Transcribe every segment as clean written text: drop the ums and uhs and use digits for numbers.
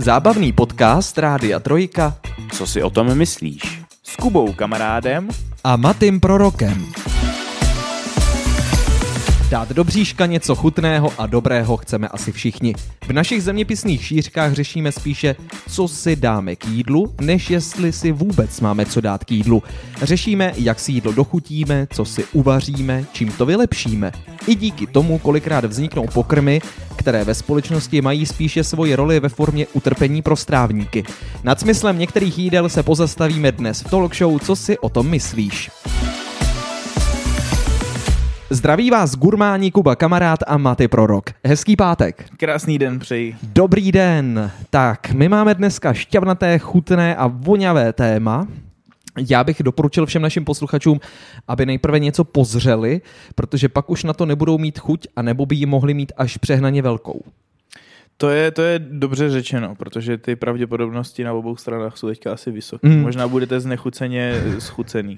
Zábavný podcast Rádia Trojka. Co si o tom myslíš? S Kubou kamarádem A Matým prorokem. Dát do bříška něco chutného a dobrého chceme asi všichni. V našich zeměpisných šířkách řešíme spíše, co si dáme k jídlu, než jestli si vůbec máme co dát k jídlu. Řešíme, jak si jídlo dochutíme, co si uvaříme, čím to vylepšíme. I díky tomu kolikrát vzniknou pokrmy, které ve společnosti mají spíše svoji roli ve formě utrpení pro strávníky. Nad smyslem některých jídel se pozastavíme dnes v talk show Co si o tom myslíš. Zdraví vás gurmáni Kuba kamarád a Maty prorok. Hezký pátek. Krásný den přeji. Dobrý den. Tak, my máme dneska šťavnaté, chutné a voňavé téma. Já bych doporučil všem našim posluchačům, aby nejprve něco pozřeli, protože pak už na to nebudou mít chuť a nebo by ji mohli mít až přehnaně velkou. To je dobře řečeno, protože ty pravděpodobnosti na obou stranách jsou teďka asi vysoké. Možná budete znechuceně schucený.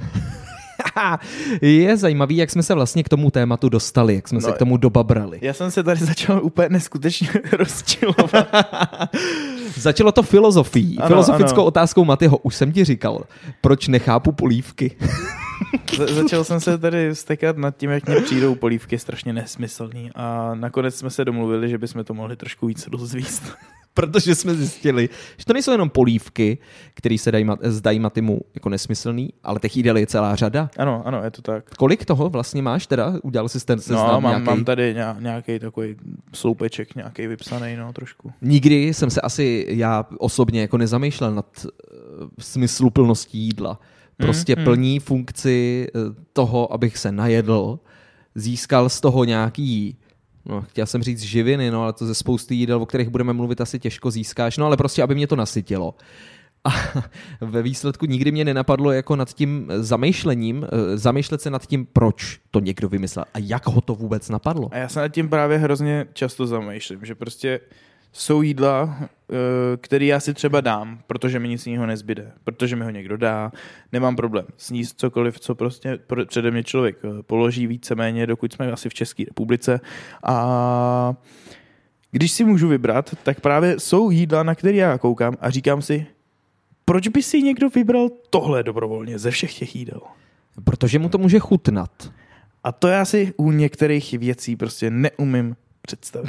Je zajímavý, jak jsme se vlastně k tomu tématu dostali, jak jsme se k tomu dobabrali. Já jsem se tady začal úplně neskutečně rozčilovat. Začalo to filozofickou otázkou Matyho. Už jsem ti říkal, proč nechápu polívky. Začal jsem se tady stekat nad tím, jak mě přijdou polívky strašně nesmyslný a nakonec jsme se domluvili, že bychom to mohli trošku víc rozvíst. Protože jsme zjistili, že to nejsou jenom polívky, které se zdají Matymu jako nesmyslný, ale těch jídel je celá řada. Ano, je to tak. Kolik toho vlastně máš teda? Udělal jsi ten seznam nějaký? Mám tady nějaký takový sloupeček, nějaký vypsaný, trošku. Nikdy jsem se asi já osobně jako nezamýšlel nad smysluplností jídla. Prostě plní funkci toho, abych se najedl, získal z toho nějaký, chtěl jsem říct živiny, ale to ze spousty jídel, o kterých budeme mluvit, asi těžko získáš, ale prostě, aby mě to nasytilo. A ve výsledku nikdy mě nenapadlo jako nad tím zamýšlet se nad tím, proč to někdo vymyslel a jak ho to vůbec napadlo. A já se nad tím právě hrozně často zamýšlím, že prostě jsou jídla, který já si třeba dám, protože mi nic jiného nezbyde, protože mi ho někdo dá, nemám problém sníst cokoliv, co prostě přede mě člověk položí víceméně, dokud jsme asi v České republice. A když si můžu vybrat, tak právě jsou jídla, na které já koukám a říkám si, proč by si někdo vybral tohle dobrovolně ze všech těch jídel? Protože mu to může chutnat. A to já si u některých věcí prostě neumím představit.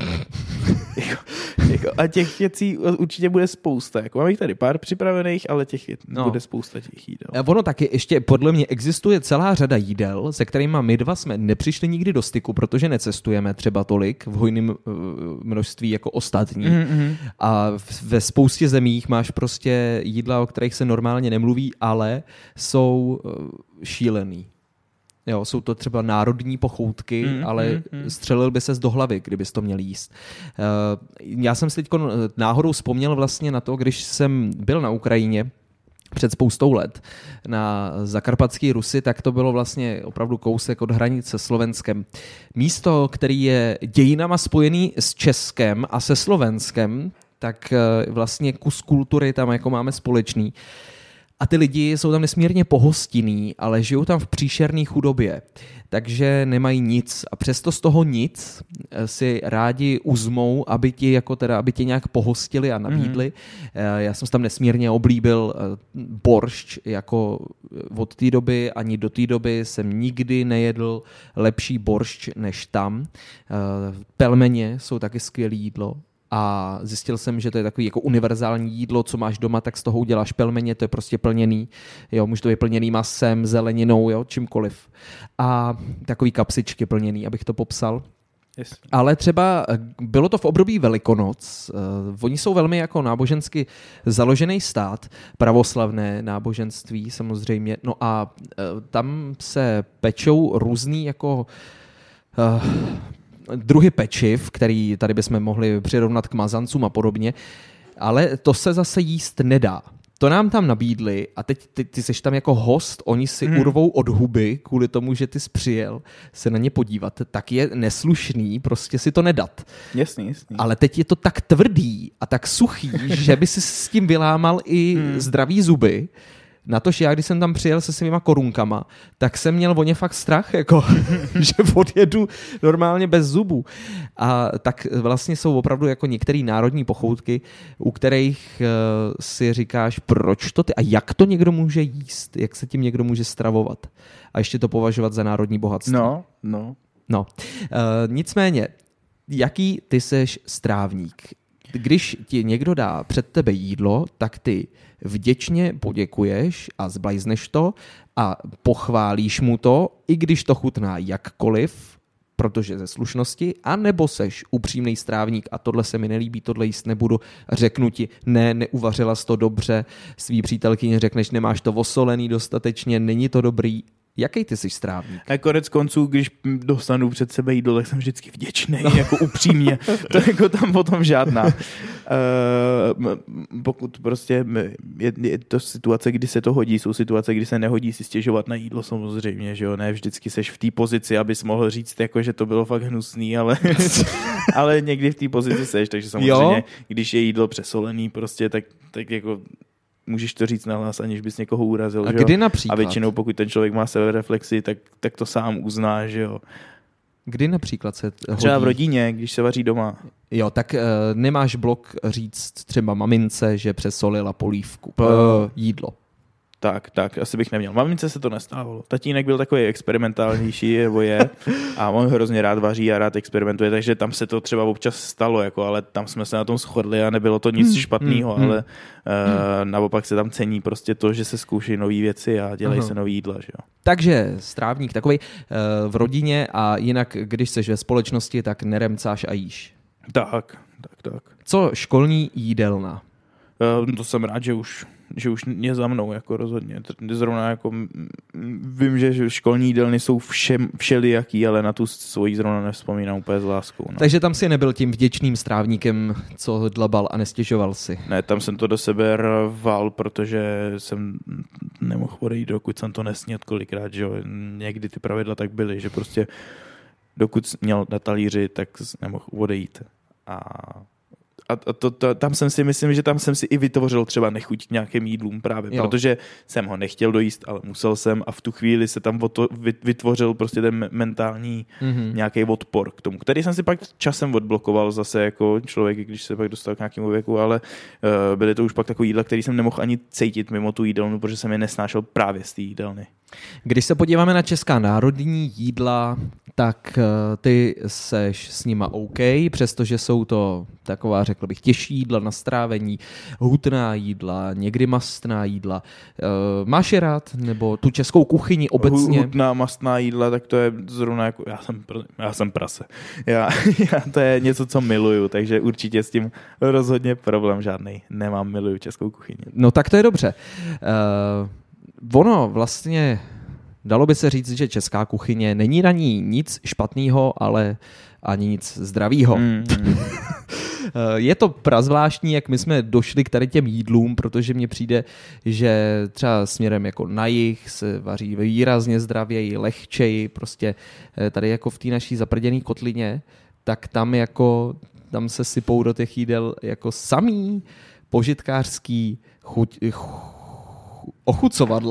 A těch věcí určitě bude spousta. Mám jich tady pár připravených, ale bude spousta těch jídel. Ono taky ještě podle mě existuje celá řada jídel, se kterými my dva jsme nepřišli nikdy do styku, protože necestujeme třeba tolik v hojném množství jako ostatní. A ve spoustě zemích máš prostě jídla, o kterých se normálně nemluví, ale jsou šílený. Jo, jsou to třeba národní pochoutky, ale střelil by ses do hlavy, kdybys to měl jíst. Já jsem si teď náhodou vzpomněl vlastně na to, když jsem byl na Ukrajině před spoustou let na Zakarpatské Rusy, tak to bylo vlastně opravdu kousek od hranice se Slovenskem. Místo, který je dějinama spojený s Českem a se Slovenskem, tak vlastně kus kultury tam jako máme společný. A ty lidi jsou tam nesmírně pohostinní, ale žijou tam v příšerné chudobě, takže nemají nic. A přesto z toho nic si rádi uzmou, aby tě nějak pohostili a nabídli. Já jsem tam nesmírně oblíbil boršč, jako od té doby ani do té doby jsem nikdy nejedl lepší boršč než tam. Pelmeně jsou taky skvělé jídlo. A zjistil jsem, že to je takový jako univerzální jídlo, co máš doma, tak z toho uděláš pelmeně, to je prostě plněný, jo, může to být plněný masem, zeleninou, jo, čímkoliv. A takový kapsičky plněný, abych to popsal. Yes. Ale třeba bylo to v období Velikonoc, oni jsou velmi jako nábožensky založený stát, pravoslavné náboženství samozřejmě, no a tam se pečou různý jako druhy pečiv, který tady bychom mohli přirovnat k mazancům a podobně, ale to se zase jíst nedá. To nám tam nabídli a teď ty seš tam jako host, oni si urvou od huby kvůli tomu, že ty jsi přijel se na ně podívat, tak je neslušný prostě si to nedat. Jasný. Ale teď je to tak tvrdý a tak suchý, že by si s tím vylámal i zdravý zuby. Na to, že já, když jsem tam přijel se svýma korunkama, tak jsem měl o ně fakt strach, jako, že odjedu normálně bez zubů. A tak vlastně jsou opravdu jako některé národní pochoutky, u kterých si říkáš, proč to ty a jak to někdo může jíst, jak se tím někdo může stravovat a ještě to považovat za národní bohatství. No. Nicméně, jaký ty seš strávník? Když ti někdo dá před tebe jídlo, tak ty vděčně poděkuješ a zblajzneš to a pochválíš mu to, i když to chutná jakkoliv, protože ze slušnosti, anebo seš upřímnej strávník a tohle se mi nelíbí, tohle jíst nebudu, řeknu ti, ne, neuvařila jsi to dobře, svý přítelkyni řekneš, nemáš to osolený dostatečně, není to dobrý. Jaký ty jsi strávník? A konec konců, když dostanu před sebe jídlo, tak jsem vždycky vděčný, jako upřímně. To jako tam potom žádná. Pokud prostě je to situace, kdy se to hodí, jsou situace, kdy se nehodí si stěžovat na jídlo samozřejmě, že jo, ne vždycky seš v té pozici, abys mohl říct, jako, že to bylo fakt hnusný, ale někdy v té pozici seš, takže samozřejmě, když je jídlo přesolený prostě, tak jako můžeš to říct nahlas, aniž bys někoho urazil. A kdy například? A většinou, pokud ten člověk má sebereflexi, tak to sám uzná, že jo. Kdy například se hodí? Třeba v rodině, když se vaří doma. Jo, tak nemáš blok říct třeba mamince, že přesolila polívku, jídlo. Tak, asi bych neměl. Mamince se to nestávalo. Tatínek byl takový experimentálnější, nebo je, a on hrozně rád vaří a rád experimentuje, takže tam se to třeba občas stalo, jako, ale tam jsme se na tom shodli a nebylo to nic špatného, ale naopak se tam cení prostě to, že se zkouší nové věci a dělají se nový jídla. Že jo? Takže strávník takovej v rodině a jinak, když seš ve společnosti, tak neremcáš a jíš. Tak. Co školní jídelna? To jsem rád, že už je za mnou, jako rozhodně. Zrovna jako vím, že školní jídelny jsou všelijaký, ale na tu svoji zrovna nevzpomínám úplně s láskou. No. Takže tam si nebyl tím vděčným strávníkem, co dlabal a nestěžoval si. Ne, tam jsem to do sebe rval, protože jsem nemohl odejít, dokud jsem to nesnědl kolikrát, že jo. Někdy ty pravidla tak byly, že prostě dokud měl na talíři, tak nemohl odejít. A tam jsem si myslím, že tam jsem si i vytvořil třeba nechuť k nějakým jídlům právě, protože jsem ho nechtěl dojíst, ale musel jsem a v tu chvíli se tam vytvořil prostě ten mentální nějaký odpor k tomu, který jsem si pak časem odblokoval zase jako člověk, když se pak dostal k nějakému věku, ale byly to už pak takový jídla, který jsem nemohl ani cítit mimo tu jídelnu, protože jsem je nesnášel právě z té jídelny. Když se podíváme na česká národní jídla, tak ty seš s nima OK, přestože jsou to taková, řekl bych, těžší jídla na strávení, hutná jídla, někdy mastná jídla. Máš je rád? Nebo tu českou kuchyni obecně? Hutná, mastná jídla, tak to je zrovna jako, já jsem prase. Já to je něco, co miluju, takže určitě s tím rozhodně problém žádnej. Miluju českou kuchyni. No tak to je dobře. Ono vlastně, dalo by se říct, že česká kuchyně není na ní nic špatného, ale ani nic zdravého. Je to prazvláštní, jak my jsme došli k tady těm jídlům, protože mně přijde, že třeba směrem jako na jih se vaří výrazně zdravěji, lehčeji, prostě tady jako v té naší zaprděné kotlině, tak tam se sypou do těch jídel jako samý požitkářský ochucovadla.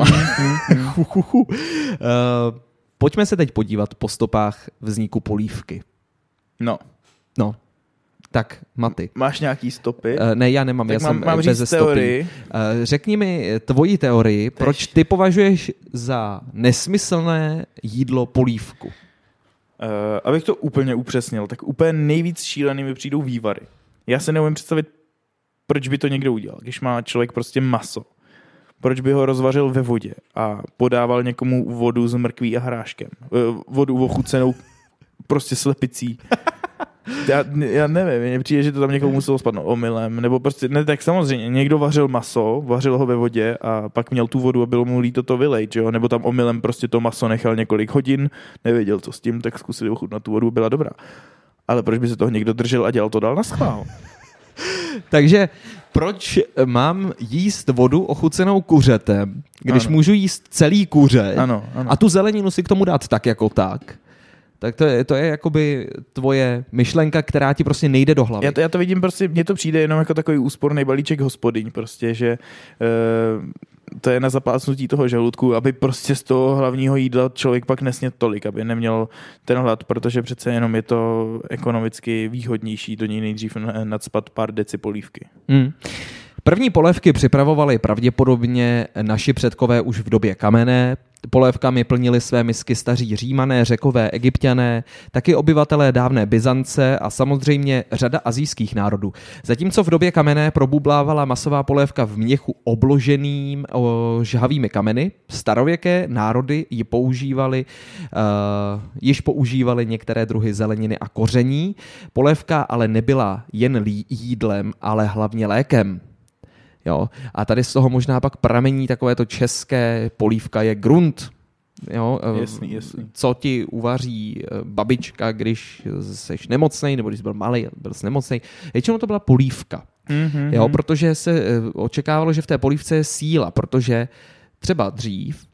Pojďme se teď podívat po stopách vzniku polívky. No. Tak, Maty. Máš nějaký stopy? Ne, já nemám, tak já jsem mám beze stopy. Řekni mi tvoji teorii, proč ty považuješ za nesmyslné jídlo polívku? Abych to úplně upřesnil, tak úplně nejvíc šílený mi přijdou vývary. Já se neumím představit, proč by to někdo udělal, když má člověk prostě maso. Proč by ho rozvařil ve vodě a podával někomu vodu s mrkví a hráškem. Vodu ochucenou prostě slepicí. Já nevím, mně přijde, že to tam někomu muselo spadnout omylem, nebo prostě, ne, tak samozřejmě, někdo vařil maso, vařil ho ve vodě a pak měl tu vodu a bylo mu líto to vylejt, že jo, nebo tam omylem prostě to maso nechal několik hodin, nevěděl, co s tím, tak zkusili ochutnat tu vodu, byla dobrá. Ale proč by se toho někdo držel a dělal to dál na schvál? Takže proč mám jíst vodu ochucenou kuřetem, když můžu jíst celý kuře a tu zeleninu si k tomu dát tak jako tak? Tak to je jakoby tvoje myšlenka, která ti prostě nejde do hlavy. Já to vidím prostě, mně to přijde jenom jako takový úsporný balíček hospodyň prostě, že to je na zaplácnutí toho žaludku, aby prostě z toho hlavního jídla člověk pak nesněd tolik, aby neměl ten hlad, protože přece jenom je to ekonomicky výhodnější do něj nejdřív nacpat pár deci polívky. První polévky připravovali pravděpodobně naši předkové už v době kamenné. Polévkami plnili své misky staří Římané, Řekové, Egypťané, taky obyvatelé dávné Byzance a samozřejmě řada asijských národů. Zatímco v době kamenné probublávala masová polévka v měchu obloženým žhavými kameny, starověké národy již používali některé druhy zeleniny a koření. Polévka ale nebyla jen jídlem, ale hlavně lékem. Jo? A tady z toho možná pak pramení takovéto české polívka je grunt. Jo? Jasný. Co ti uvaří babička, když seš nemocnej, nebo když jsi byl malý, byl jsi nemocnej. Většinou to byla polívka. Jo? Protože se očekávalo, že v té polívce je síla, protože třeba dřív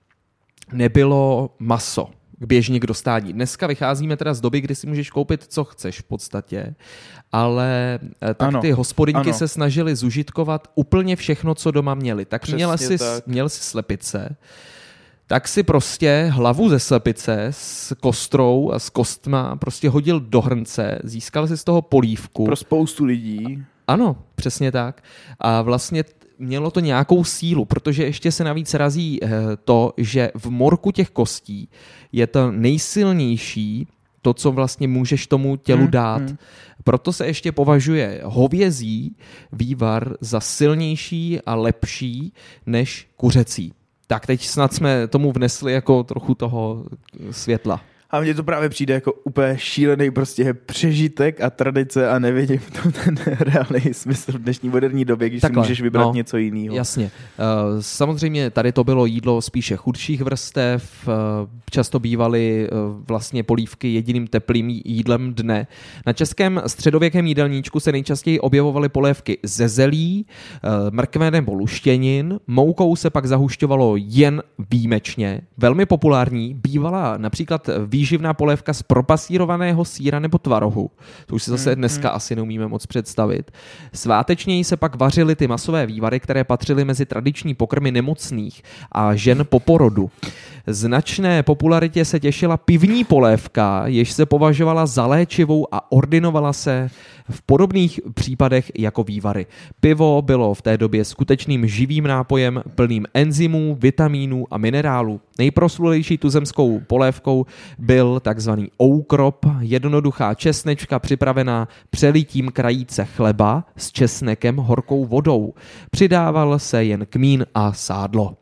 nebylo maso běžně k dostání. Dneska vycházíme teda z doby, kdy si můžeš koupit, co chceš v podstatě, ale tak ty hospodyňky se snažily zužitkovat úplně všechno, co doma měli. Tak měl si slepice, tak si prostě hlavu ze slepice s kostrou a s kostma prostě hodil do hrnce, získal si z toho polívku. Pro spoustu lidí. Ano, přesně tak. A vlastně mělo to nějakou sílu, protože ještě se navíc razí to, že v morku těch kostí je to nejsilnější, to, co vlastně můžeš tomu tělu dát. Proto se ještě považuje hovězí vývar za silnější a lepší než kuřecí. Tak teď snad jsme tomu vnesli jako trochu toho světla. A mně to právě přijde jako úplně šílený prostě přežitek a tradice a nevidím v tom ten reálný smysl v dnešní moderní době, když si můžeš vybrat něco jiného. Jasně. Samozřejmě tady to bylo jídlo spíše chudších vrstev, často bývaly vlastně polívky jediným teplým jídlem dne. Na českém středověkém jídelníčku se nejčastěji objevovaly polévky ze zelí, mrkve nebo luštěnin, moukou se pak zahušťovalo jen výjimečně. Velmi populární bývala například výživná polévka z propasírovaného sýra nebo tvarohu. To už si zase dneska asi neumíme moc představit. Svátečněji se pak vařily ty masové vývary, které patřily mezi tradiční pokrmy nemocných a žen po porodu. Značné popularitě se těšila pivní polévka, jež se považovala za léčivou a ordinovala se v podobných případech jako vývary. Pivo bylo v té době skutečným živým nápojem plným enzymů, vitamínů a minerálů. Nejproslulejší tuzemskou polévkou byl takzvaný oukrop, jednoduchá česnečka připravená přelitím krajíce chleba s česnekem horkou vodou. Přidával se jen kmín a sádlo.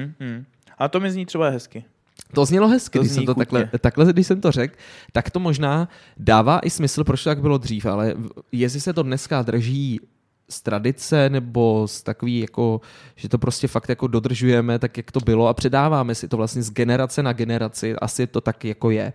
A to mi zní třeba hezky. To znělo hezky, když jsem to takhle, když jsem to řekl, tak to možná dává i smysl, proč to tak bylo dřív, ale jestli se to dneska drží z tradice nebo z takový, jako, že to prostě fakt jako dodržujeme tak, jak to bylo a předáváme si to vlastně z generace na generaci, asi to tak jako je.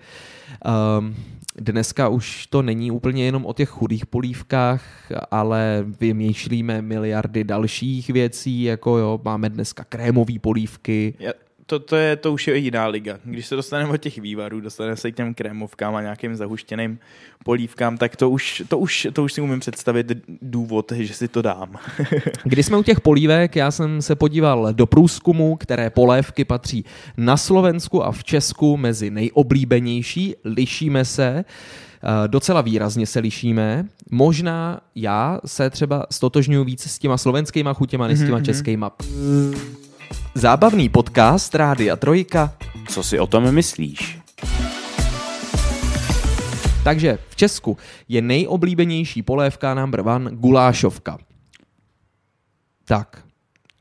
Dneska už to není úplně jenom o těch chudých polívkách, ale vymýšlíme miliardy dalších věcí, jako jo, máme dneska krémové polívky. To už je jiná liga. Když se dostaneme od těch vývarů, dostaneme se k těm krémovkám a nějakým zahuštěným polívkám, tak to už si umím představit důvod, že si to dám. Když jsme u těch polívek, já jsem se podíval do průzkumu, které polévky patří na Slovensku a v Česku mezi nejoblíbenější. Lišíme se, docela výrazně se lišíme. Možná já se třeba stotožňuji víc s těma slovenskýma chutěma, než s těma českýma. Zábavný podcast Rádia Trojka. Co si o tom myslíš? Takže v Česku je nejoblíbenější polévka number one gulášovka. Tak.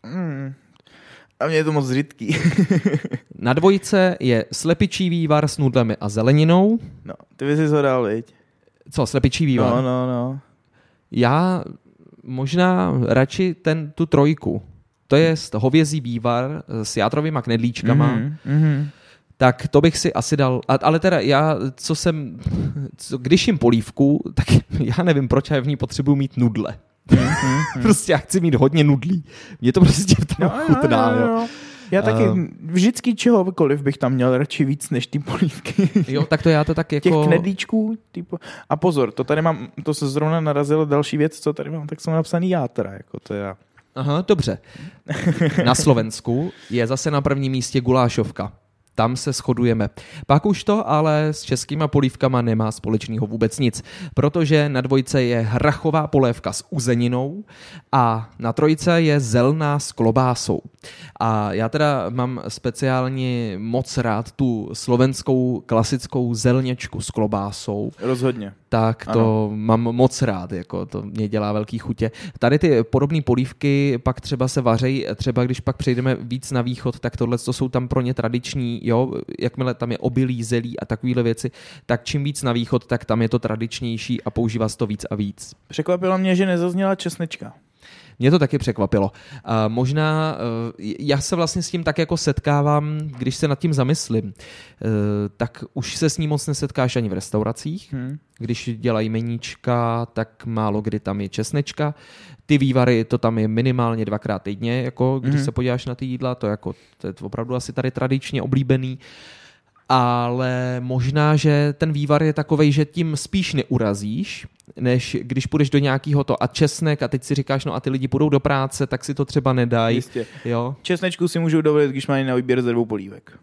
A mně je to moc řídký. Na dvojce je slepičí vývar s nudlemi a zeleninou. No, ty bys ho dal, viď? Co, slepičí vývar? No. Já možná radši tu trojku. To je hovězí vývar s játrovýma knedlíčkama. Tak to bych si asi dal. Ale teda já, když jim polívku, tak já nevím, proč já v ní potřebuji mít nudle. Prostě já chci mít hodně nudlí. Mně to prostě tam chutná. Jo. Já taky vždycky čehokoliv bych tam měl radši víc než ty polívky. Jo, tak to já to tak jako... Těch knedlíčků. A pozor, to tady mám, to se zrovna narazilo další věc, co tady mám, tak jsem napsaný játra. Jako to já. Aha, dobře. Na Slovensku je zase na prvním místě gulášovka. Tam se shodujeme. Pak už to ale s českýma polívkama nemá společného vůbec nic, protože na dvojce je hrachová polévka s uzeninou a na trojce je zelná s klobásou. A já teda mám speciálně moc rád tu slovenskou klasickou zelněčku s klobásou. Rozhodně. Tak to ano. Mám moc rád, jako to mě dělá velký chutě. Tady ty podobné polívky pak třeba se vařejí, třeba když pak přejdeme víc na východ, tak tohle to jsou tam pro ně tradiční, jo, jakmile tam je obilí, zelí a takovéhle věci, tak čím víc na východ, tak tam je to tradičnější a používá se to víc a víc. Překvapilo mě, že nezazněla česnečka. Mě to taky překvapilo. Možná já se vlastně s tím tak jako setkávám, když se nad tím zamyslím, tak už se s ní moc nesetkáš ani v restauracích. Když dělají meníčka, tak málo kdy tam je česnečka. Ty vývary, to tam je minimálně 2x týdně, jako když se podíváš na ty jídla, to je opravdu asi tady tradičně oblíbený. Ale možná, že ten vývar je takovej, že tím spíš neurazíš, než když půjdeš do nějakého to a česnek a teď si říkáš, no a ty lidi půjdou do práce, tak si to třeba nedají. Jistě. Jo? Česnečku si můžou dovolit, když mají na výběr ze 2 polívek.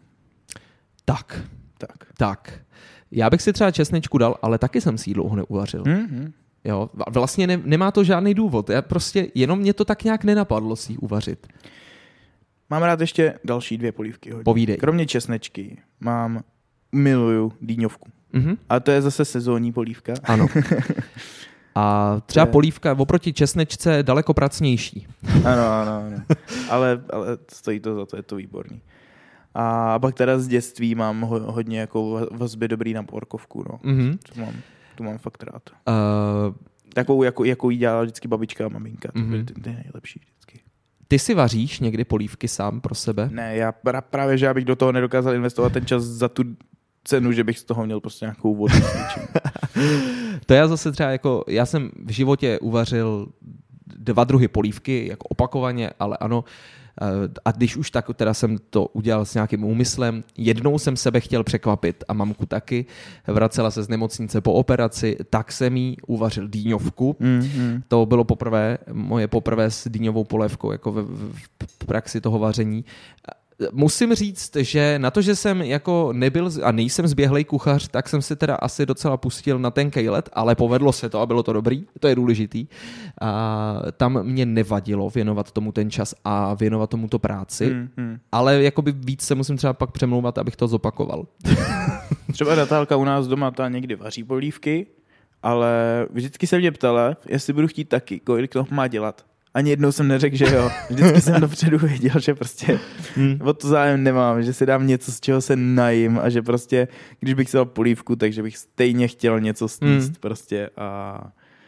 Tak. Já bych si třeba česnečku dal, ale taky jsem si ji dlouho neuvařil. Jo? Vlastně nemá to žádný důvod. Já prostě jenom mě to tak nějak nenapadlo si ji uvařit. Mám rád ještě další 2 polívky. Hodně. Povídej. Kromě česnečky miluju dýňovku. A to je zase sezónní polívka. Ano. A třeba polívka oproti česnečce je daleko pracnější. Ano. Ale stojí to za to, je to výborný. A pak teda z dětství mám hodně jako vazby dobrý na porkovku. No. Tu mám fakt rád. Takovou, jako jí dělala vždycky babička a maminka. To byly ty nejlepší vždycky. Ty si vaříš někdy polívky sám pro sebe? Ne, já právě, že já bych do toho nedokázal investovat ten čas za tu cenu, že bych z toho měl prostě nějakou vodu. To já zase třeba jako, já jsem v životě uvařil 2 druhy polívky, jako opakovaně, ale ano. A když už tak teda jsem to udělal s nějakým úmyslem, jednou jsem sebe chtěl překvapit a mamku taky, vracela se z nemocnice po operaci, tak jsem jí uvařil dýňovku. To bylo moje poprvé s dýňovou polévkou jako v praxi toho vaření. Musím říct, že na to, že jsem jako nebyl a nejsem zběhlej kuchař, tak jsem se teda asi docela pustil na tenkej led, ale povedlo se to a bylo to dobrý, to je důležitý. A tam mě nevadilo věnovat tomu ten čas a věnovat tomuto práci, ale jakoby víc se musím třeba pak přemlouvat, abych to zopakoval. Třeba Natálka u nás doma ta někdy vaří polívky, ale vždycky se mě ptala, jestli budu chtít taky, kolik to má dělat. Ani jednou jsem neřekl, že jo. Vždycky jsem dopředu věděl, že prostě o to zájem nemám, že si dám něco, z čeho se najím a že prostě, když bych si dal polívku, takže bych stejně chtěl něco sníst prostě a...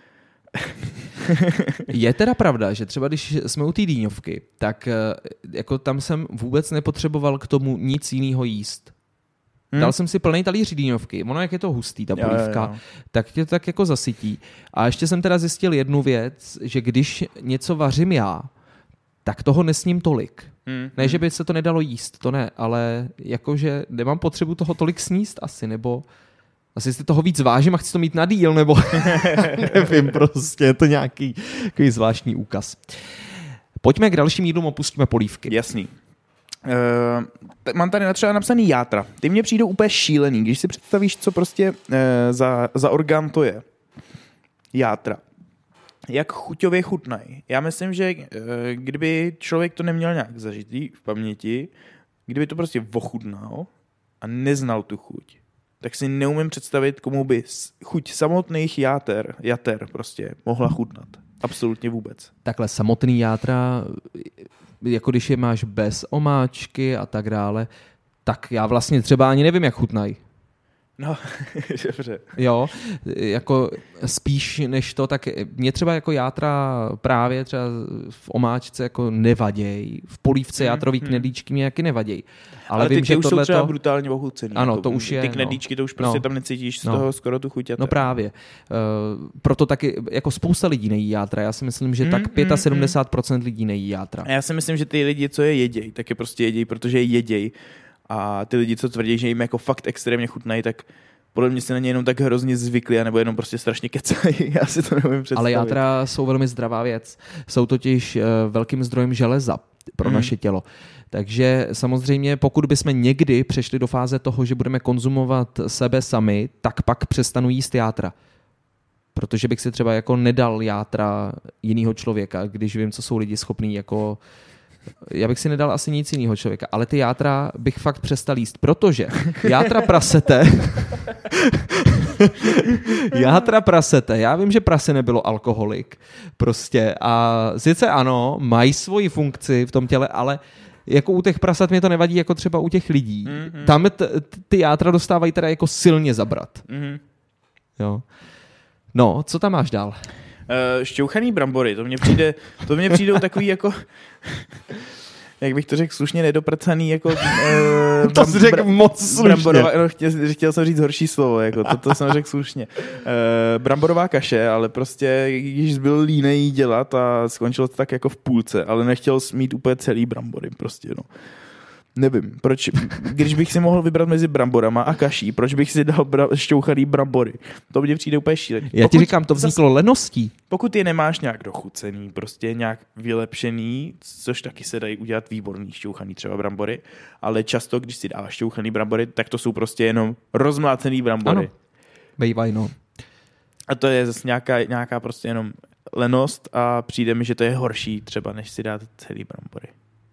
Je teda pravda, že třeba když jsme u té dýňovky, tak jako tam jsem vůbec nepotřeboval k tomu nic jiného jíst. Dal jsem si plný talíř dýňovky. Ono, jak je to hustý, ta polívka, tak tě to tak jako zasytí. A ještě jsem teda zjistil jednu věc, že když něco vařím já, tak toho nesním tolik. Ne, že by se to nedalo jíst, to ne, ale jakože nemám potřebu toho tolik sníst asi, nebo asi si toho víc vážím a chci to mít na díl, nebo nevím, prostě je to nějaký zvláštní úkaz. Pojďme k dalším jídlům, opustíme polívky. Jasný. Mám tady třeba napsaný játra. Ty mně přijdou úplně šílený, když si představíš, co prostě za orgán to je. Játra. Jak chuťově chutnají. Já myslím, že kdyby člověk to neměl nějak zažitý v paměti, kdyby to prostě ochutnal a neznal tu chuť, tak si neumím představit, komu by chuť samotných jater prostě mohla chutnat. Absolutně vůbec. Takhle samotný játra, jako když je máš bez omáčky a tak dále, tak já vlastně třeba ani nevím, jak chutnají. No, dobře. Jo, jako spíš než to, tak mě třeba jako játra právě třeba v omáčce jako nevaděj, v polívce játrový knedlíčky mě jaký nevaděj. Ale vím, ty že už jsou třeba to... brutálně ochucený. Ano, jako, to už je. Ty knedlíčky, to už prostě tam necítíš z toho skoro tu chuť. No právě. Proto taky jako spousta lidí nejí játra. Já si myslím, že tak 75% lidí nejí játra. Já si myslím, že ty lidi, co je jeděj, tak je prostě jeděj, protože je jeděj. A ty lidi, co tvrdí, že jim jako fakt extrémně chutnají, tak podle mě se na ně jenom tak hrozně zvykli, anebo jenom prostě strašně kecají. Já si to nemůžu představit. Ale játra jsou velmi zdravá věc. Jsou totiž velkým zdrojem železa pro naše tělo. Takže samozřejmě, pokud bychom někdy přešli do fáze toho, že budeme konzumovat sebe sami, tak pak přestanu jíst játra. Protože bych si třeba jako nedal játra jiného člověka, když vím, co jsou lidi schopní jako... Já bych si nedal asi nic jiného člověka, ale ty játra bych fakt přestal jíst, protože játra prasete... játra prasete. Já vím, že prase nebylo alkoholik prostě a sice ano, mají svoji funkci v tom těle, ale jako u těch prasat mě to nevadí jako třeba u těch lidí. Tam ty játra dostávají teda jako silně zabrat. Jo. No, co tam máš dál? Šťouchaný brambory, to mně přijdou takový jako, jak bych to řekl slušně, nedoprcaný jako... to jsi řekl moc slušně. No, chtěl jsem říct horší slovo, jako to jsem řekl slušně. Bramborová kaše, ale prostě, když byl línej jí dělat a skončilo to tak jako v půlce, ale nechtěl mít úplně celý brambory, prostě, no. Nevím, proč, když bych si mohl vybrat mezi bramborama a kaší, proč bych si dal šťouchaný brambory? To mně přijde úplně šílený. Já ti říkám, to vzniklo leností. Pokud je nemáš nějak dochucený, prostě nějak vylepšený, což taky se dají udělat výborný šťouchaný třeba brambory, ale často, když si dáváš šťouchaný brambory, tak to jsou prostě jenom rozmlácený brambory. Ano, bejvaj, no. A to je zase nějaká prostě jenom lenost a přijde mi, že to je horší třeba, než si dát celý brambory.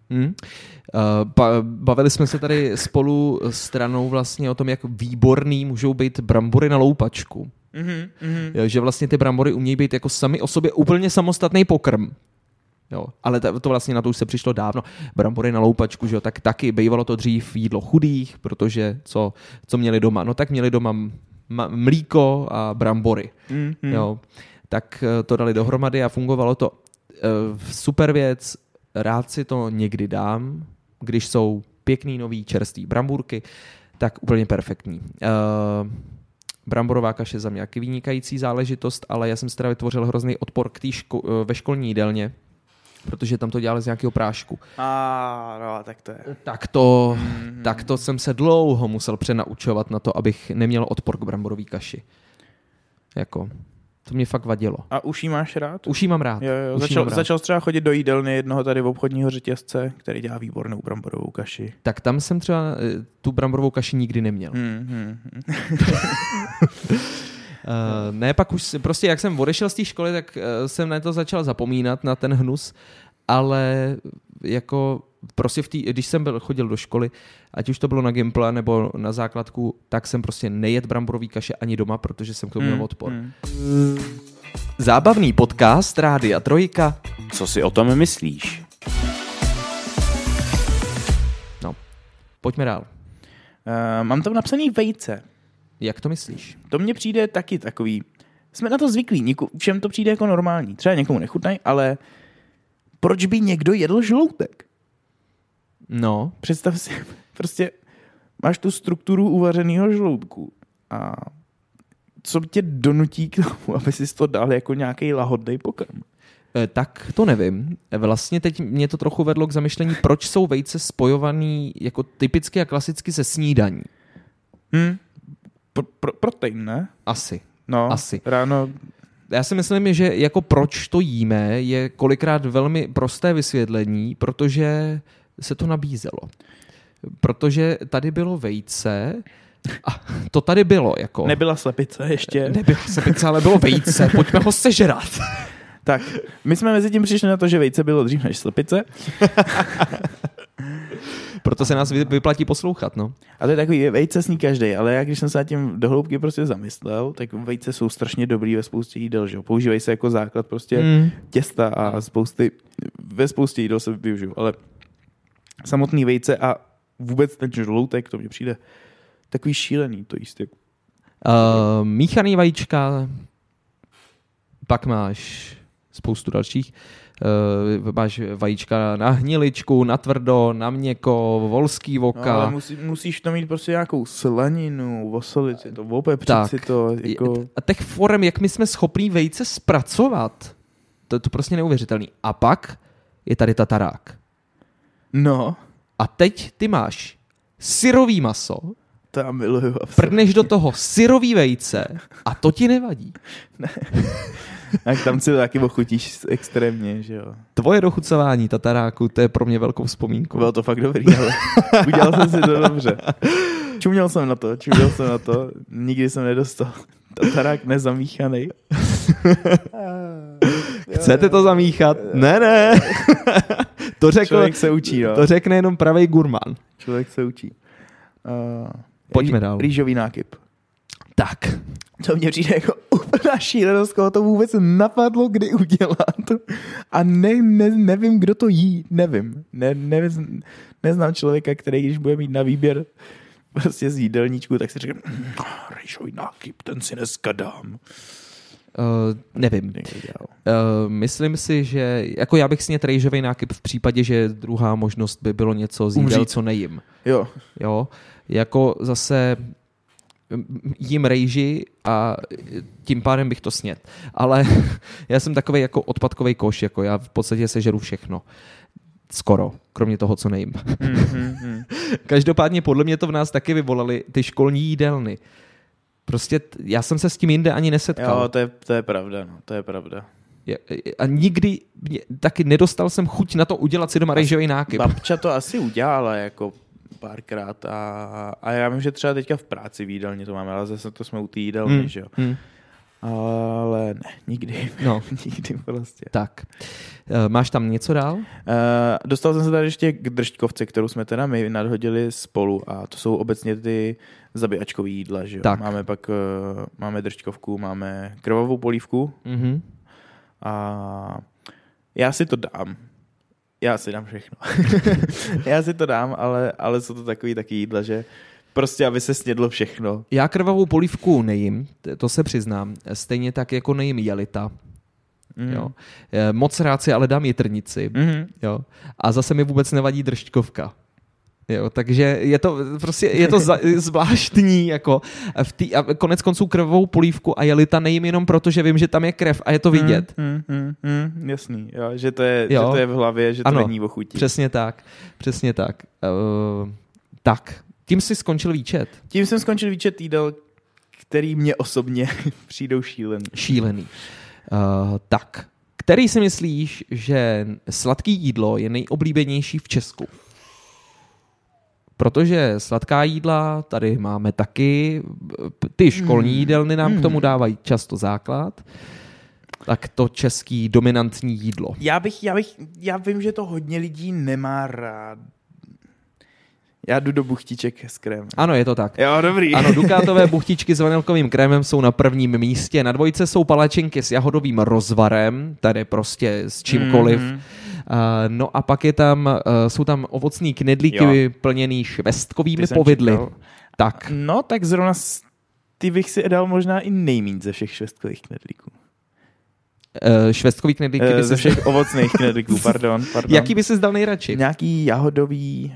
Bavili jsme se tady spolu stranou vlastně o tom, jak výborný můžou být brambory na loupačku. Že vlastně ty brambory umějí být jako sami o sobě úplně samostatný pokrm. Jo, ale to vlastně na to už se přišlo dávno. Brambory na loupačku, že jo, tak taky bývalo to dřív jídlo chudých, protože co měli doma? No tak měli doma mlíko a brambory. Jo, tak to dali dohromady a fungovalo to. Super věc. Rád si to někdy dám, když jsou pěkný nový čerstvý bramburky, tak úplně perfektní. Bramborová kaše za mě jaký vynikající záležitost, ale já jsem si teda vytvořil hrozný odpor k ve školní jídelně, protože tam to dělali z nějakého prášku. No, tak to je. Tak to jsem se dlouho musel přenaučovat na to, abych neměl odpor k bramborové kaši. Jako... To mě fakt vadilo. A už jí máš rád? Už jí mám rád. Jo. Začal třeba chodit do jídelny jednoho tady v obchodního řetězce, který dělá výbornou bramborovou kaši. Tak tam jsem třeba tu bramborovou kaši nikdy neměl. Ne, pak už prostě jak jsem odešel z té školy, tak jsem na to začal zapomínat, na ten hnus, ale jako prostě když jsem chodil do školy, ať už to bylo na Gimple nebo na základku, tak jsem prostě nejedl bramborový kaše ani doma, protože jsem k tomu měl odpor. Zábavný podcast Rádia Trojka. Co si o tom myslíš? No, pojďme dál. Mám tam napsaný vejce. Jak to myslíš? To mně přijde taky takový... Jsme na to zvyklí, všem to přijde jako normální. Třeba někomu nechutnají, ale proč by někdo jedl žloutek? No. Představ si, prostě máš tu strukturu uvařeného žloutku a co tě donutí k tomu, aby si to dal jako nějaký lahodný pokrm? Tak to nevím. Vlastně teď mě to trochu vedlo k zamyšlení, proč jsou vejce spojovaný jako typicky a klasicky se snídaní. Protein, ne? Asi. No, asi. Ráno... Já si myslím, že jako proč to jíme, je kolikrát velmi prosté vysvětlení, protože se to nabízelo. Protože tady bylo vejce a to tady bylo. Jako... Nebyla slepice ještě. Nebyla slepice, ale bylo vejce. Pojďme ho sežrat. Tak, my jsme mezi tím přišli na to, že vejce bylo dřív než slepice. Proto se nás vyplatí poslouchat, no. A to je takový, vejce sní každý, ale já když jsem se nad tím do hloubky prostě zamyslel, tak vejce jsou strašně dobrý ve spoustě jídel, že jo. Používají se jako základ prostě těsta a ve spoustě jídel se využijou, ale samotný vejce a vůbec ten žloutek, to mně přijde takový šílený to jíst. Míchaný vajíčka, pak máš spoustu dalších. Máš vajíčka na hniličku, na tvrdo, na měko, volský voka. No, ale musíš to mít prostě nějakou slaninu, osolit si to, opepřit si to. Jako... A těch forem, jak my jsme schopní vejce zpracovat, to je to prostě neuvěřitelný. A pak je tady tatarák. No. A teď ty máš syrový maso, to já miluju. Absolutně. Prdneš do toho syrový vejce a to ti nevadí. Ne. Tak tam si to taky ochutíš extrémně, že jo. Tvoje dochucování tataráku, to je pro mě velkou vzpomínkou. Bylo to fakt dobrý, ale udělal jsem si to dobře. Čuměl jsem na to, nikdy jsem nedostal tatarák nezamíchaný. Chcete to zamíchat? Ne. Člověk se učí, no. To řekne jenom pravej gurmán. Člověk se učí. Pojďme dál. Rýžový nákyp. Tak. To mě přijde jako úplná šílenost, koho to vůbec napadlo, kdy udělat. A nevím, kdo to jí. Nevím. Neznám člověka, který, když bude mít na výběr prostě z jídelníčku, tak si říkám, rýžový nákyp, ten si dneska dám. Nevím. Myslím si, že jako já bych snět rýžový nákyp v případě, že druhá možnost by bylo něco z jídel, co nejím. Jo. Jako zase jím rejži a tím pádem bych to snět. Ale já jsem takovej jako odpadkovej koš, jako já v podstatě sežeru všechno. Skoro, kromě toho, co nejím. Každopádně podle mě to v nás taky vyvolali ty školní jídelny. Prostě já jsem se s tím jinde ani nesetkal. Jo, to je pravda, no, to je pravda. A nikdy taky nedostal jsem chuť na to udělat si doma rejžový nákyp. Babča to asi udělala jako párkrát a já vím, že třeba teďka v práci v jídelně to máme, ale zase to jsme u té jídelny, že jo. Ale ne, nikdy. No. Nikdy prostě. Tak. Máš tam něco dál? Dostal jsem se tady ještě k držťkovce, kterou jsme teda my nadhodili spolu a to jsou obecně ty zabíjačkový jídla, že jo. Tak. Máme držťkovku, máme krvavou polívku a já si to dám. Já si dám všechno. Já si to dám, ale jsou to takový taky jídla, že prostě, aby se snědlo všechno. Já krvavou polívku nejím, to se přiznám. Stejně tak, jako nejím jelita. Jo. Moc rád si ale dám jitrnici. Jo. A zase mi vůbec nevadí držťkovka. Jo, takže je to zvláštní, jako a konec konců krvavou polívku a jelita nejím jenom proto, že vím, že tam je krev a je to vidět. Jasný, jo, že to je v hlavě, že to není o chuti. Přesně tak. Tak, tím jsi skončil výčet. Tím jsem skončil výčet jídel, který mě osobně přijdou šílený. Tak, který si myslíš, že sladký jídlo je nejoblíbenější v Česku? Protože sladká jídla tady máme taky, ty školní jídelny nám k tomu dávají často základ, tak to český dominantní jídlo. Já vím, že to hodně lidí nemá rád. Já jdu do buchtiček s krémem. Ano, je to tak. Jo, dobrý. Ano, dukátové buchtičky s vanilkovým krémem jsou na prvním místě. Na dvojce jsou palačinky s jahodovým rozvarem, tady prostě s čímkoliv. No a pak jsou tam ovocní knedlíky plněný švestkovými povidly. Tak. No, tak zrovna ty bych si dal možná i nejmíň ze všech švestkových knedlíků. Švestkový knedlíky ze všech ovocných knedlíků, pardon. Jaký by si dal nejradši? Nějaký jahodový,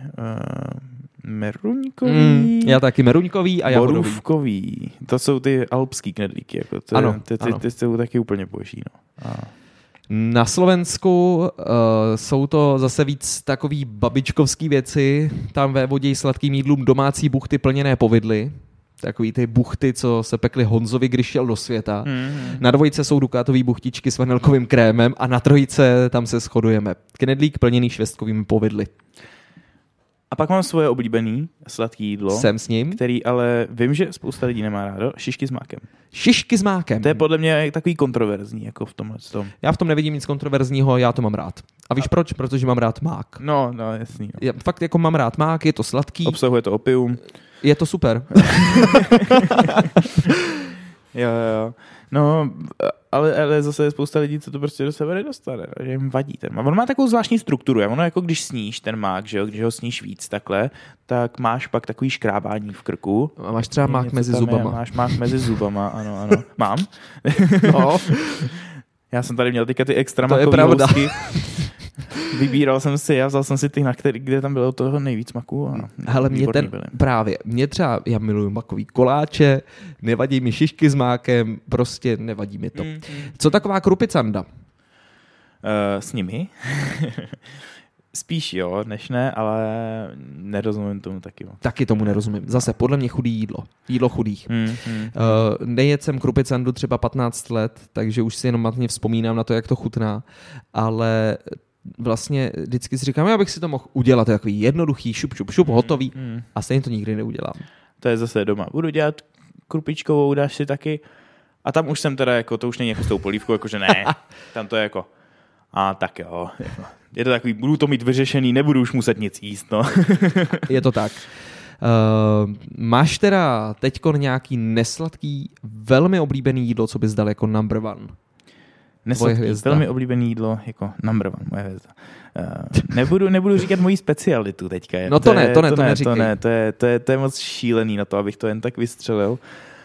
meruňkový. Já taky meruňkový a jahodový. Borůvkový. To jsou ty alpský knedlíky. Jako ano. Ty jsou taky úplně boží. No. Na Slovensku jsou to zase víc takový babičkovský věci. Tam vévodějí sladkým jídlům domácí buchty plněné povidly. Takový ty buchty, co se pekly Honzovi, když šel do světa. Na dvojce jsou dukátový buchtičky s vanilkovým krémem a na trojice tam se shodujeme. Knedlík plněný švestkovými povidly. A pak mám svoje oblíbený sladký jídlo. Jsem s ním. Který ale vím, že spousta lidí nemá rádo. Šišky s mákem. Šišky s mákem. To je podle mě takový kontroverzní, jako v tomhle tom. Já v tom nevidím nic kontroverzního, já to mám rád. A víš proč? Protože mám rád mák. No, jasný. No. Já fakt jako mám rád mák, je to sladký. Obsahuje to opium. Je to super. Jo. No, ale zase je spousta lidí, co to prostě do sebe nedostane, že jim vadí ten mák. On má takovou zvláštní strukturu. Ono jako když sníš ten mák, že jo, když ho sníš víc takhle, tak máš pak takový škrábání v krku. A máš třeba mák mezi zubama. Máš mák mezi zubama, ano. Mám? No. Já jsem tady měl teďka ty extra to makový housky. Vybíral jsem si a vzal jsem si ty, kde tam bylo toho nejvíc maků. Hele, mě třeba, já miluju makový koláče, nevadí mi šišky s mákem, prostě nevadí mi to. Co taková krupicanda? S nimi? Spíš jo, než ne, ale nerozumím tomu taky. Taky tomu nerozumím. Zase, podle mě chudý jídlo. Jídlo chudých. Nejedl jsem krupicandu třeba 15 let, takže už si jenom matně vzpomínám na to, jak to chutná, ale vlastně vždycky si říkám, já bych si to mohl udělat, to je takový jednoduchý, šup, hotový a stejně to nikdy neudělám. To je zase doma. Budu dělat krupičkovou, dáš si taky a tam už jsem teda jako, to už není jako s tou polívkou, jakože ne, tam to je jako tak jo. Je to takový, budu to mít vyřešený, nebudu už muset nic jíst, no. Je to tak. Máš teda teďko nějaký nesladký, velmi oblíbený jídlo, co bys dal jako number one? Nesladký, velmi oblíbený jídlo jako number one, moje hvězda. Nebudu říkat moji specialitu teďka. No to neříkej. To je moc šílený na to, abych to jen tak vystřelil.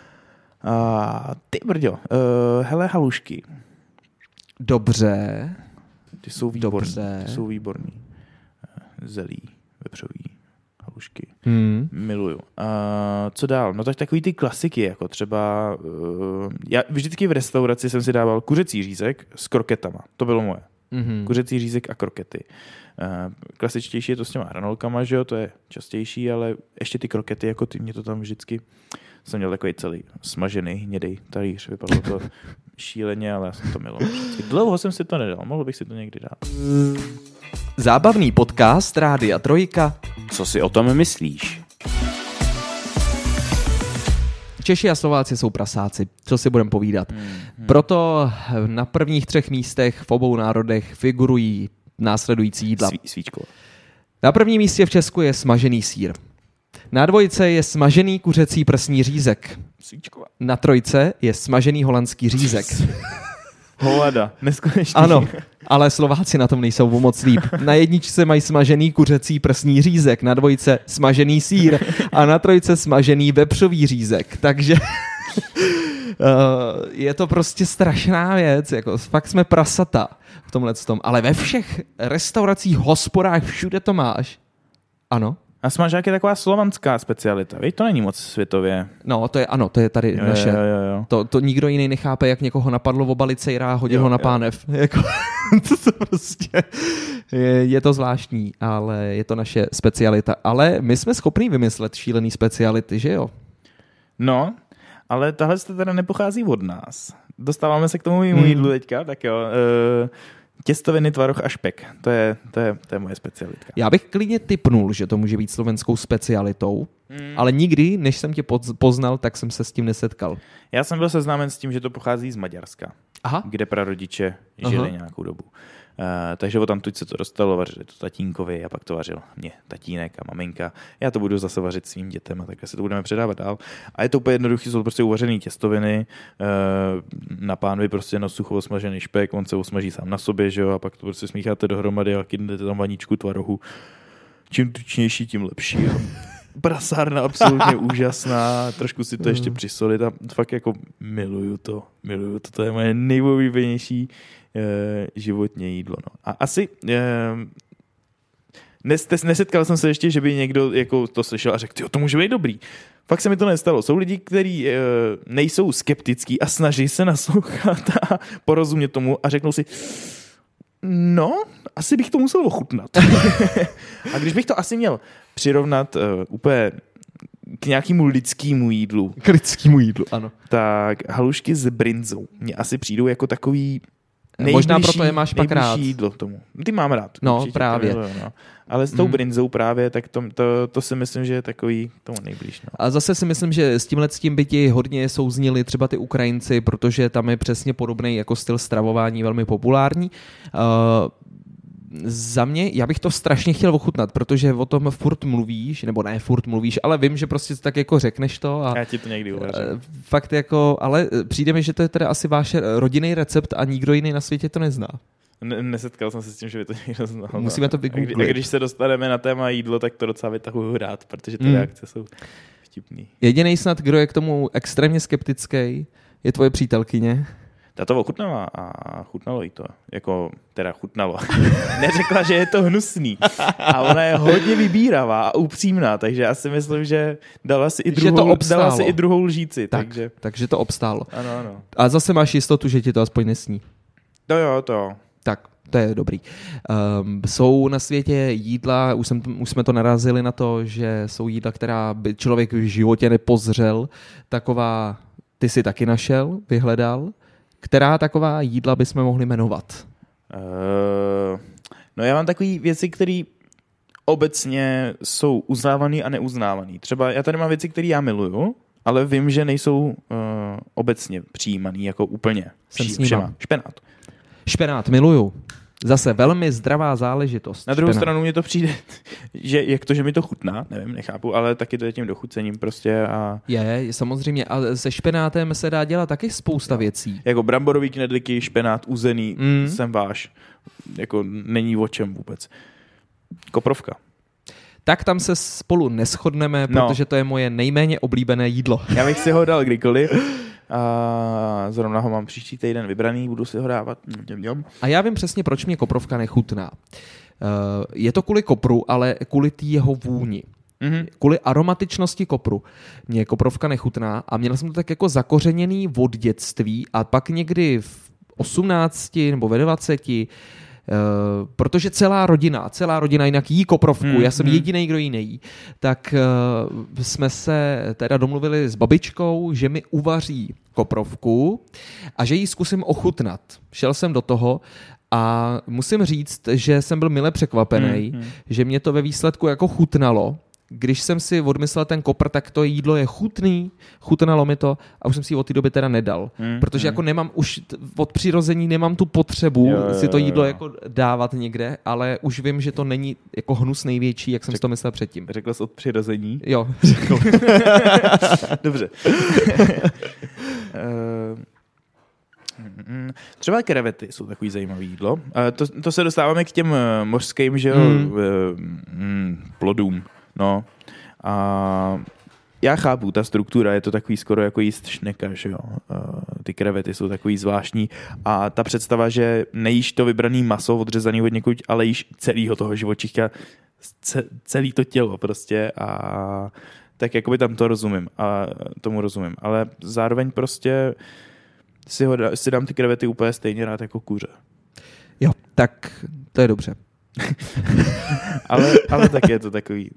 Ty brďo, hele, halušky. Dobře. Ty jsou výborný. Zelí, vepřový, halušky. Miluju. Co dál? No tak takový ty klasiky, jako třeba já vždycky v restauraci jsem si dával kuřecí řízek s kroketama. To bylo moje. Kuřecí řízek a krokety. Klasičtější je to s těma hranolkama, že jo, to je častější, ale ještě ty krokety, jako ty, mě to tam vždycky, jsem měl takový celý smažený, hnědej talíř, vypadalo to šíleně, ale já jsem to miloval. Dlouho jsem si to nedal, mohl bych si to někdy dát. Zábavný podcast Rádia Trojka. Co si o tom myslíš? Češi a Slováci jsou prasáci, co si budeme povídat. Proto na prvních 3 místech v obou národech figurují následující jídla. Svíčko. Na prvním místě v Česku je smažený sýr. Na 2 je smažený kuřecí prsní řízek. Svíčko. Na 3 je smažený holandský řízek. Holada, neskutečný. Ano, ale Slováci na tom nejsou moc líp. Na 1 mají smažený kuřecí prsní řízek, na 2 smažený sýr a na 3 smažený vepřový řízek. Takže je to prostě strašná věc. Jako, fakt jsme prasata v tomhletom. Ale ve všech restauracích, hospodách, všude to máš. Ano. A smažák je taková slovanská specialita, víš? To není moc světově. No, to je tady naše. Jo. To nikdo jiný nechápe, jak někoho napadlo obalit sejra a hodit ho na pánev. Jako, to prostě je to zvláštní, ale je to naše specialita. Ale my jsme schopní vymyslet šílený speciality, že jo? No, ale tahle se teda nepochází od nás. Dostáváme se k tomu mému jídlu teďka, tak jo. Těstoviny, tvaroh a špek. To je moje specialitka. Já bych klidně tipnul, že to může být slovenskou specialitou, ale nikdy, než jsem tě poznal, tak jsem se s tím nesetkal. Já jsem byl seznámen s tím, že to pochází z Maďarska, kde prarodiče žili nějakou dobu. Takže odtamtud se to dostalo, vařili to tatínkovi a pak to vařil mě tatínek a maminka. Já to budu zase vařit svým dětem a takhle se to budeme předávat dál. A je to úplně jednoduchý, jsou prostě uvařený těstoviny, na pánvi prostě na sucho osmažený špek, on se osmaží sám na sobě, že jo, a pak to prostě smícháte dohromady a kydnete tam vaničku tvarohu. Čím tučnější, tím lepší. Prasárna absolutně úžasná, trošku si to ještě přisolit a fakt jako miluju to, to je moje nejoblíbenější životní jídlo. No. A asi nesetkal jsem se ještě, že by někdo jako to slyšel a řekl, tyjo, to může být dobrý. Fakt se mi to nestalo. Jsou lidi, kteří nejsou skeptický a snaží se naslouchat a porozumět tomu a řeknou si, no, asi bych to musel ochutnat. A když bych to asi měl přirovnat úplně k nějakému lidskému jídlu. K lidskému jídlu, ano. Tak halušky s brinzou mě asi přijdou jako takový možná proto je máš pak rád. Jídlo tomu. Ty mám rád. No, určitě, právě. No. Ale s tou brinzou právě, tak to si myslím, že je takový tomu nejblíž. No. A zase si myslím, že s tím by ti hodně souznili třeba ty Ukrajinci, protože tam je přesně podobný jako styl stravování velmi populární. Za mě, já bych to strašně chtěl ochutnat, protože o tom furt mluvíš, nebo ne furt mluvíš, ale vím, že prostě tak jako řekneš to. A já ti to někdy uvařím. Fakt jako, ale přijde mi, že to je teda asi váš rodinný recept a nikdo jiný na světě to nezná. Nesetkal jsem se s tím, že by to někdo znal. Musíme to vygooglit. A když se dostaneme na téma jídlo, tak to docela vytahuju rád, protože ty reakce jsou vtipný. Jedinej snad, kdo je k tomu extrémně skeptický, je tvoje přítelkyně. Ta to ochutnala a chutnalo jí to. Jako, teda chutnalo. Neřekla, že je to hnusný. A ona je hodně vybíravá a upřímná, takže já si myslím, že dala si i druhou lžíci. Takže to obstálo. Ano. A zase máš jistotu, že ti to aspoň nesní. To jo. Tak, To je dobrý. Jsou na světě jídla, už jsme to narazili na to, že jsou jídla, která by člověk v životě nepozřel. Taková, ty si taky našel, vyhledal. Která taková jídla bychom mohli jmenovat? No já mám takové věci, které obecně jsou uznávaný a neuznávaný. Třeba já tady mám věci, které já miluju, ale vím, že nejsou obecně přijímaný jako úplně všema. Špenát. Špenát miluju. Zase velmi zdravá záležitost. Na druhou stranu mně to přijde, že jak to, že mi to chutná, nevím, nechápu, ale taky to je tím dochucením prostě. Je, samozřejmě. A se špenátem se dá dělat taky spousta věcí. Jako bramborový knedlíky, špenát uzený, jsem váš. Jako není o čem vůbec. Koprovka. Tak tam se spolu neshodneme, protože to je moje nejméně oblíbené jídlo. Já bych si ho dal kdykoliv. A zrovna ho mám příští týden vybraný, budu si ho dávat. A já vím přesně, proč mě koprovka nechutná. Je to kvůli kopru, ale kvůli té jeho vůni. Mm-hmm. Kvůli aromatičnosti kopru mě koprovka nechutná a měl jsem to tak jako zakořeněný od dětství a pak někdy v 18 nebo ve 20, protože celá rodina jinak jí koprovku, já jsem jedinej, kdo ji nejí, tak jsme se teda domluvili s babičkou, že mi uvaří koprovku a že ji zkusím ochutnat. Šel jsem do toho a musím říct, že jsem byl mile překvapený, že mě to ve výsledku jako chutnalo. Když jsem si odmyslel ten kopr, tak to jídlo je chutný, chutnalo mi to a už jsem si od té doby teda nedal. Protože jako nemám už od přirození nemám tu potřebu si to jídlo jako dávat někde, ale už vím, že to není jako hnus největší, jak jsem si to myslel předtím. Řekl jsi od přirození? Jo, řekl. Dobře. Třeba krevety jsou takový zajímavý jídlo. To se dostáváme k těm mořským, že jo, plodům. No. A já chápu, ta struktura je to takový skoro jako jíst šneka, že jo. Ty krevety jsou takový zvláštní a ta představa, že nejíš to vybraný maso odřezaný od někud, ale jíš celýho toho živočicha, celý to tělo prostě a tak jakoby tam to rozumím a tomu rozumím, ale zároveň prostě si dám ty krevety úplně stejně rád jako kuře. Jo, tak to je dobře. ale tak je to takový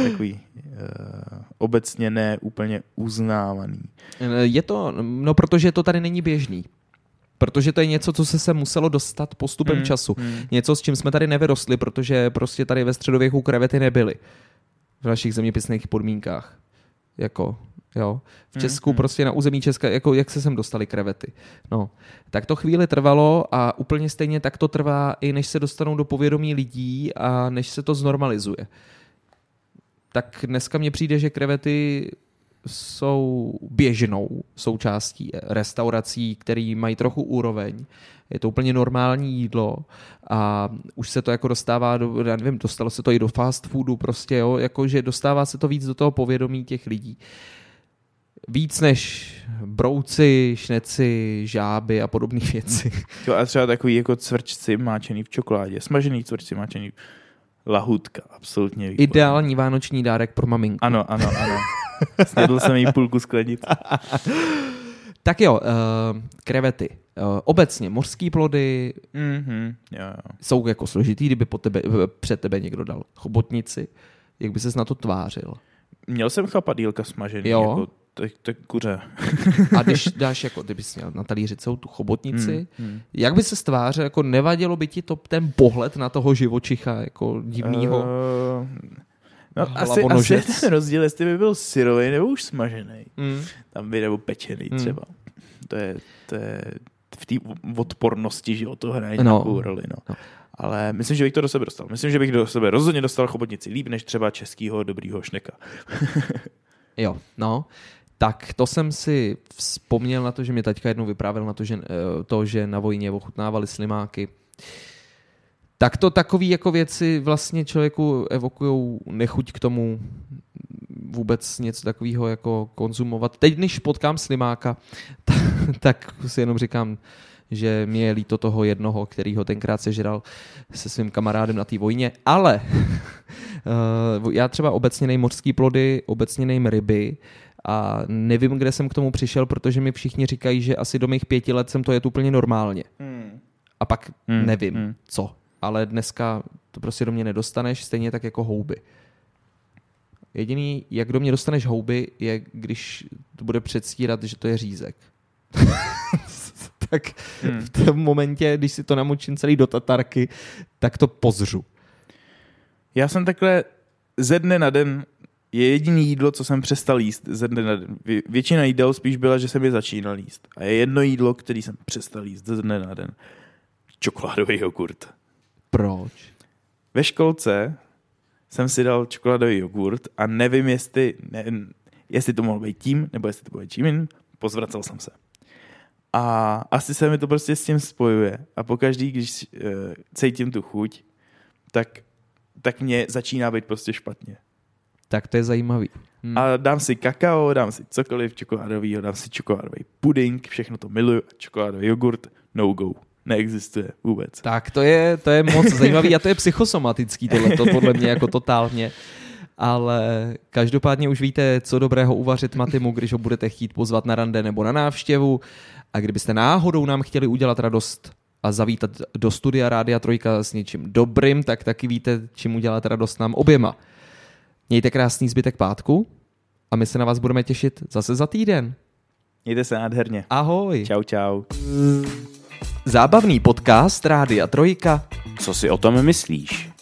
obecně ne úplně uznávaný. Je to, no protože to tady není běžný. Protože to je něco, co se muselo dostat postupem času. Něco, s čím jsme tady nevyrostli, protože prostě tady ve středověku krevety nebyly. V našich zeměpisných podmínkách. Jako, jo. V Česku prostě na území Česka, jako jak se sem dostali krevety. No. Tak to chvíli trvalo a úplně stejně tak to trvá i než se dostanou do povědomí lidí a než se to znormalizuje. Tak dneska mně přijde, že krevety jsou běžnou součástí restaurací, které mají trochu úroveň. Je to úplně normální jídlo a už se to jako dostává do, já nevím, dostalo se to i do fast foodu prostě, jo, jakože dostává se to víc do toho povědomí těch lidí. Víc než brouci, šneci, žáby a podobné věci. Jo, a třeba takový jako cvrčci máčený v čokoládě, smažený cvrčci máčený lahutka, absolutně výborný. Ideální vánoční dárek pro maminku. Ano. Snědl jsem jí půlku sklenic. Tak jo, krevety. Obecně mořský plody jsou jako složitý, kdyby před tebe někdo dal chobotnici, jak by ses na to tvářil? Měl jsem chapadýlka smažený, jo? jako tak kuře. A když dáš, jako ty bys měl na talíři celou tu chobotnici, jak by se stvářil, jako nevadilo by ti to ten pohled na toho živočicha, jako divnýho? No, asi je ten rozdíl, jestli by byl syrový nebo už smažený. Tam by nebo pečený třeba. To je v té odpornosti, že o to hraje nějakou roli. No. Ale myslím, že bych to do sebe dostal. Myslím, že bych do sebe rozhodně dostal chobotnici líp, než třeba českýho dobrýho šneka. Jo, no. Tak to jsem si vzpomněl na to, že mě taťka jednou vyprávěl na to, že na vojně ochutnávali slimáky. Tak to takový jako věci vlastně člověku evokujou nechuť k tomu vůbec něco takového jako konzumovat. Teď, když potkám slimáka, tak si jenom říkám, že mě je líto toho jednoho, který ho tenkrát sežral se svým kamarádem na té vojně, ale já třeba obecně nejím mořský plody, obecně nejím ryby a nevím, kde jsem k tomu přišel, protože mi všichni říkají, že asi do mých 5 let jsem to jet úplně normálně. A pak nevím, co. Ale dneska to prostě do mě nedostaneš, stejně tak jako houby. Jediný, jak do mě dostaneš houby, je, když to bude předstírat, že to je řízek. Tak v tom momentě, když si to namočím celý do tatarky, tak to pozřu. Já jsem takhle ze dne na den, je jediný jídlo, co jsem přestal jíst ze dne na den. Většina jídel spíš byla, že jsem je začínal jíst. A je jedno jídlo, který jsem přestal jíst ze dne na den. Čokoládový jogurt. Proč? Ve školce jsem si dal čokoládový jogurt a nevím, jestli to mohlo být tím, nebo jestli to bylo čím jiným, pozvracel jsem se. A asi se mi to prostě s tím spojuje. A pokaždý, když cítím tu chuť, tak mě začíná být prostě špatně. Tak to je zajímavý. A dám si kakao, dám si cokoliv čokoládovýho, dám si čokoládový puding, všechno to miluju. Čokoládový jogurt, no go. Neexistuje vůbec. Tak to je moc zajímavý a to je psychosomatický tohleto, podle mě jako totálně. Ale každopádně už víte, co dobrého uvařit Matimu, když ho budete chtít pozvat na rande nebo na návštěvu. A kdybyste náhodou nám chtěli udělat radost a zavítat do studia Rádia Trojka s něčím dobrým, tak taky víte, čím udělat radost nám oběma. Mějte krásný zbytek pátku a my se na vás budeme těšit zase za týden. Mějte se nádherně. Ahoj. Čau, čau. Zábavný podcast Rádia Trojka. Co si o tom myslíš?